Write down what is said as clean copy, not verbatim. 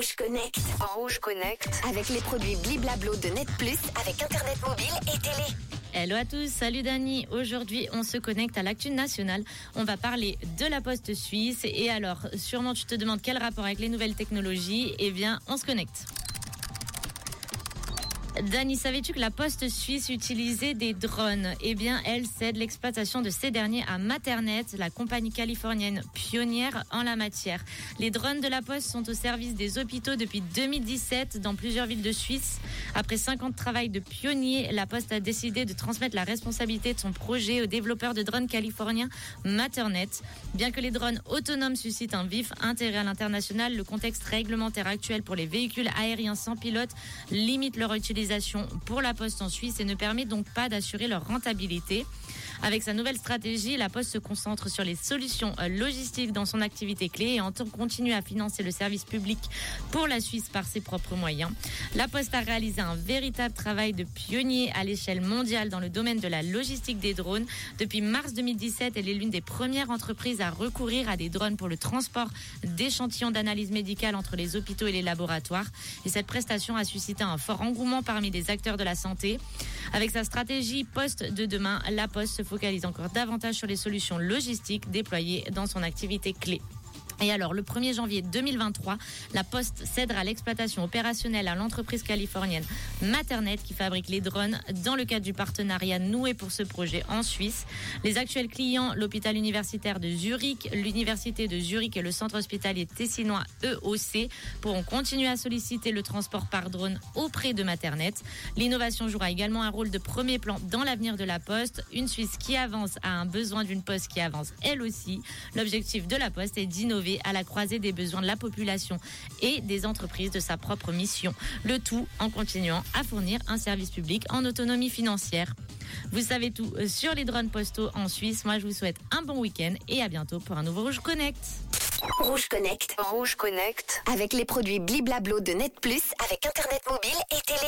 Rouge Connect. Rouge Connect. Avec les produits Bliblablo de Net Plus, avec Internet mobile et télé. Hello à tous, salut Dani. Aujourd'hui, on se connecte à l'actu nationale. On va parler de la Poste suisse. Et alors, sûrement tu te demandes quel rapport avec les nouvelles technologies. Eh bien, on se connecte. Dani, savais-tu que la Poste suisse utilisait des drones ? Eh bien, elle cède l'exploitation de ces derniers à Matternet, la compagnie californienne pionnière en la matière. Les drones de la Poste sont au service des hôpitaux depuis 2017 dans plusieurs villes de Suisse. Après 5 ans de travail de pionnier, la Poste a décidé de transmettre la responsabilité de son projet au développeur de drones californien Matternet. Bien que les drones autonomes suscitent un vif intérêt à l'international, le contexte réglementaire actuel pour les véhicules aériens sans pilote limite leur utilisation pour la Poste en Suisse et ne permet donc pas d'assurer leur rentabilité. Avec sa nouvelle stratégie, la Poste se concentre sur les solutions logistiques dans son activité clé et entend continuer à financer le service public pour la Suisse par ses propres moyens. La Poste a réalisé un véritable travail de pionnier à l'échelle mondiale dans le domaine de la logistique des drones. Depuis mars 2017, elle est l'une des premières entreprises à recourir à des drones pour le transport d'échantillons d'analyse médicale entre les hôpitaux et les laboratoires. Et cette prestation a suscité un fort engouement parmi les acteurs de la santé. Avec sa stratégie Poste de demain, la Poste se focalise encore davantage sur les solutions logistiques déployées dans son activité clé. Et alors, le 1er janvier 2023, la Poste cédera l'exploitation opérationnelle à l'entreprise californienne Matternet qui fabrique les drones dans le cadre du partenariat noué pour ce projet en Suisse. Les actuels clients, l'hôpital universitaire de Zurich, l'université de Zurich et le centre hospitalier tessinois EOC pourront continuer à solliciter le transport par drone auprès de Matternet. L'innovation jouera également un rôle de premier plan dans l'avenir de la Poste. Une Suisse qui avance a un besoin d'une Poste qui avance elle aussi. L'objectif de la Poste est d'innover à la croisée des besoins de la population et des entreprises de sa propre mission. Le tout en continuant à fournir un service public en autonomie financière. Vous savez tout sur les drones postaux en Suisse. Moi, je vous souhaite un bon week-end et à bientôt pour un nouveau Rouge Connect. Rouge Connect. Rouge Connect. Avec les produits Bliblablo de Net Plus, avec Internet mobile et télé.